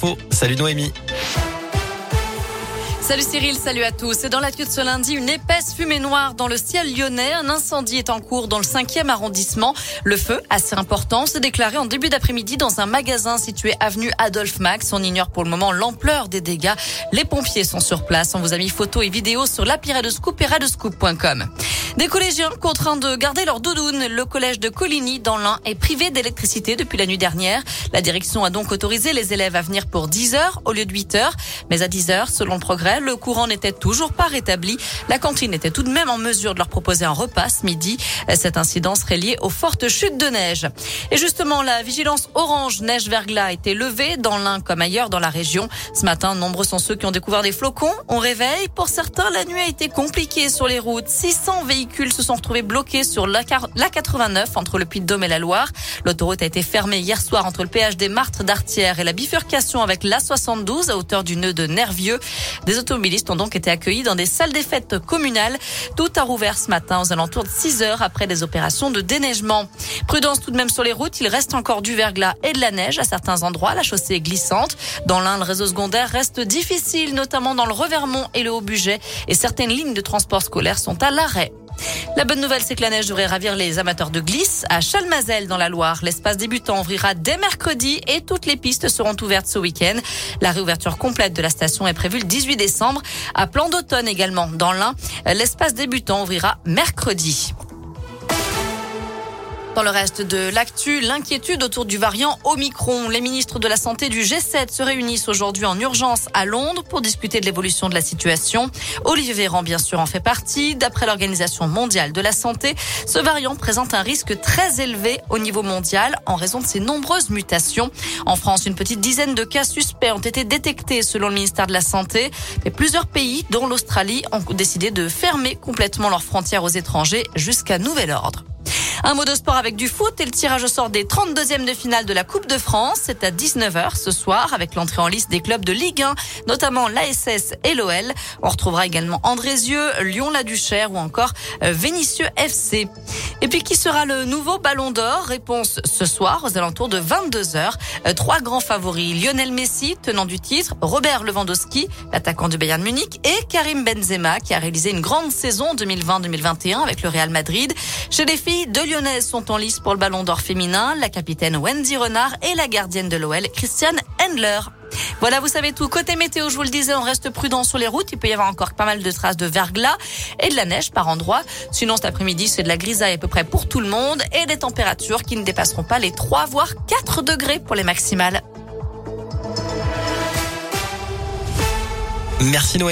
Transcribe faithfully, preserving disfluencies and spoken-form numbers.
l'info. Salut Noémie. Salut Cyril, salut à tous. Et dans l'actu de ce lundi, une épaisse fumée noire dans le ciel lyonnais. Un incendie est en cours dans le cinquième arrondissement. Le feu, assez important, s'est déclaré en début d'après-midi dans un magasin situé avenue Adolphe Max. On ignore pour le moment l'ampleur des dégâts. Les pompiers sont sur place. On vous a mis photos et vidéos sur l'appli Radescoop et radescoop point com. Des collégiens contraints de garder leur doudoune. Le collège de Coligny dans l'Ain est privé d'électricité depuis la nuit dernière. La direction a donc autorisé les élèves à venir pour dix heures au lieu de huit heures. Mais à dix heures, selon le progrès, le courant n'était toujours pas rétabli. La cantine était tout de même en mesure de leur proposer un repas ce midi. Cet incident serait lié aux fortes chutes de neige. Et justement, la vigilance orange neige-verglas a été levée dans l'Ain comme ailleurs dans la région. Ce matin, nombreux sont ceux qui ont découvert des flocons. On réveille. Pour certains, la nuit a été compliquée sur les routes. six cents véhicules se sont retrouvés bloqués sur l'A quatre-vingt-neuf entre le Puy-de-Dôme et la Loire. L'autoroute a été fermée hier soir entre le péage des Martres d'Artière et la bifurcation avec l'A soixante-douze à hauteur du nœud de Nervieux. Des automobilistes ont donc été accueillis dans des salles des fêtes communales. Tout a rouvert ce matin aux alentours de six heures après des opérations de déneigement. Prudence tout de même sur les routes. Il reste encore du verglas et de la neige à certains endroits. La chaussée est glissante. Dans l'Ain, le réseau secondaire reste difficile, notamment dans le Revermont et le Haut-Bugey. Et certaines lignes de transport scolaire sont à l'arrêt. La bonne nouvelle, c'est que la neige devrait ravir les amateurs de glisse. À Chalmazel, dans la Loire, l'espace débutant ouvrira dès mercredi et toutes les pistes seront ouvertes ce week-end. La réouverture complète de la station est prévue le dix-huit décembre. À Plan d'Automne également, dans l'Ain, l'espace débutant ouvrira mercredi. Dans le reste de l'actu, l'inquiétude autour du variant Omicron. Les ministres de la Santé du G sept se réunissent aujourd'hui en urgence à Londres pour discuter de l'évolution de la situation. Olivier Véran, bien sûr, en fait partie. D'après l'Organisation mondiale de la santé, ce variant présente un risque très élevé au niveau mondial en raison de ses nombreuses mutations. En France, une petite dizaine de cas suspects ont été détectés selon le ministère de la Santé. Mais plusieurs pays, dont l'Australie, ont décidé de fermer complètement leurs frontières aux étrangers jusqu'à nouvel ordre. Un mot de sport avec du foot et le tirage au sort des trente-deuxièmes de finale de la Coupe de France. C'est à dix-neuf heures ce soir avec l'entrée en liste des clubs de Ligue un, notamment l'A S S et l'O L. On retrouvera également Andrézieux, Lyon-la-Duchère ou encore Vénissieux F C. Et puis qui sera le nouveau Ballon d'Or? Réponse ce soir aux alentours de vingt-deux heures. Trois grands favoris, Lionel Messi, tenant du titre, Robert Lewandowski, l'attaquant du Bayern Munich, et Karim Benzema qui a réalisé une grande saison deux mille vingt deux mille vingt et un avec le Real Madrid. Chez les filles, deux Lyonnaises sont en lice pour le Ballon d'Or féminin, la capitaine Wendy Renard et la gardienne de l'O L, Christiane Hendler. Voilà, vous savez tout. Côté météo, je vous le disais, on reste prudent sur les routes. Il peut y avoir encore pas mal de traces de verglas et de la neige par endroits. Sinon, cet après-midi, c'est de la grisaille à peu près pour tout le monde et des températures qui ne dépasseront pas les trois voire quatre degrés pour les maximales. Merci Noémie.